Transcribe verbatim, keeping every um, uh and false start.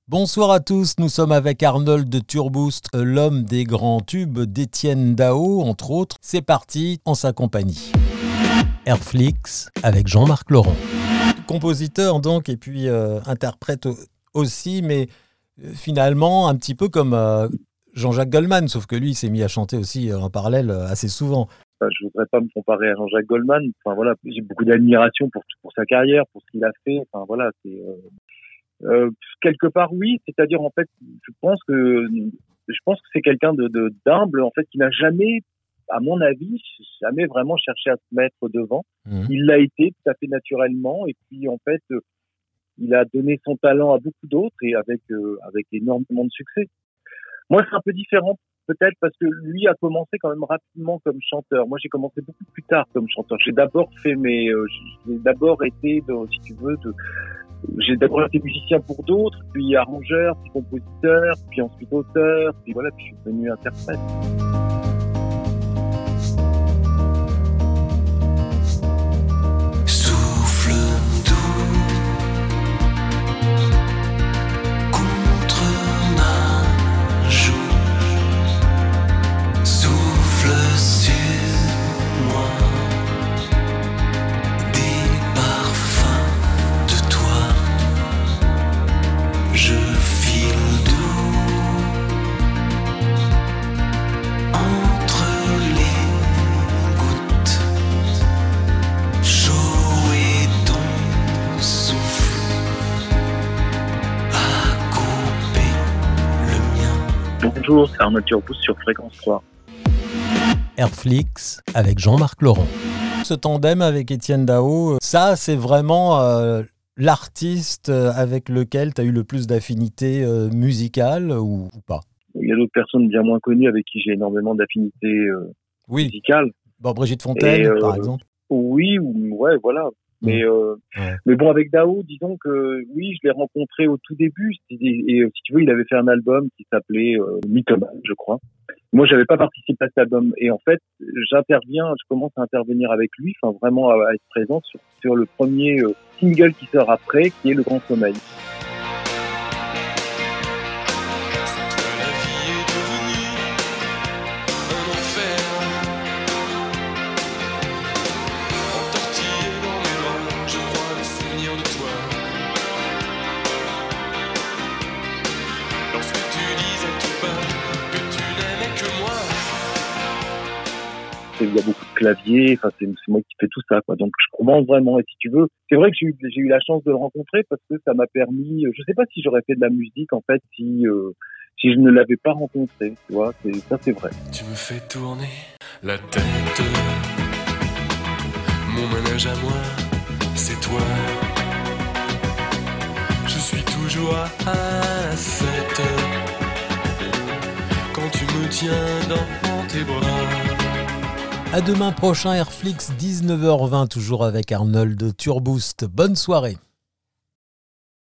Bonsoir à tous, nous sommes avec Arnold de Turboost, l'homme des grands tubes d'Étienne Dao, entre autres. C'est parti en sa compagnie. Airflix avec Jean-Marc Laurent. Compositeur donc, et puis euh, interprète aussi, mais euh, finalement un petit peu comme euh, Jean-Jacques Goldman, sauf que lui il s'est mis à chanter aussi euh, en parallèle euh, assez souvent. Enfin, je voudrais pas me comparer à Jean-Jacques Goldman. Enfin voilà, j'ai beaucoup d'admiration pour pour sa carrière, pour ce qu'il a fait. Enfin voilà, c'est euh, euh, quelque part oui, c'est-à-dire en fait, je pense que je pense que c'est quelqu'un de, de d'humble en fait qui n'a jamais, à mon avis, jamais vraiment cherché à se mettre devant. Mmh. Il l'a été tout à fait naturellement, et puis en fait, euh, il a donné son talent à beaucoup d'autres et avec euh, avec énormément de succès. Moi, c'est un peu différent. Peut-être parce que lui a commencé quand même rapidement comme chanteur. Moi, j'ai commencé beaucoup plus tard comme chanteur. J'ai d'abord fait mes, euh, j'ai d'abord été, de, si tu veux, de, j'ai d'abord été musicien pour d'autres, puis arrangeur, puis compositeur, puis ensuite auteur, puis voilà, puis je suis devenu interprète. Bonjour, c'est Arnold Turboost sur Fréquence trois. Airflix avec Jean-Marc Laurent. Ce tandem avec Étienne Dao, ça c'est vraiment euh, l'artiste avec lequel tu as eu le plus d'affinité euh, musicale ou, ou pas? Il y a d'autres personnes bien moins connues avec qui j'ai énormément d'affinités euh, oui. musicales. Bon, Brigitte Fontaine, euh, par exemple. Oui, ouais, voilà. Mais, euh, ouais. mais bon, avec Dao, disons que oui, je l'ai rencontré au tout début. Et, et si tu veux, il avait fait un album qui s'appelait euh, Mythomane, je crois. Moi, j'avais pas participé à cet album. Et en fait, j'interviens, je commence à intervenir avec lui, enfin vraiment à, à être présent sur, sur le premier euh, single qui sort après, qui est Le Grand Sommeil. Il y a beaucoup de claviers, enfin c'est, c'est moi qui fais tout ça, quoi. Donc je commence vraiment. Et si tu veux, c'est vrai que j'ai eu, j'ai eu la chance de le rencontrer parce que ça m'a permis. Je sais pas si j'aurais fait de la musique en fait si euh, si je ne l'avais pas rencontré. Tu vois, c'est, ça c'est vrai. Tu me fais tourner la tête. Mon manège à moi, c'est toi. Je suis toujours à sept quand tu me tiens dans tes bras. À demain prochain, Airflix, dix-neuf heures vingt, toujours avec Arnold de Turboost. Bonne soirée.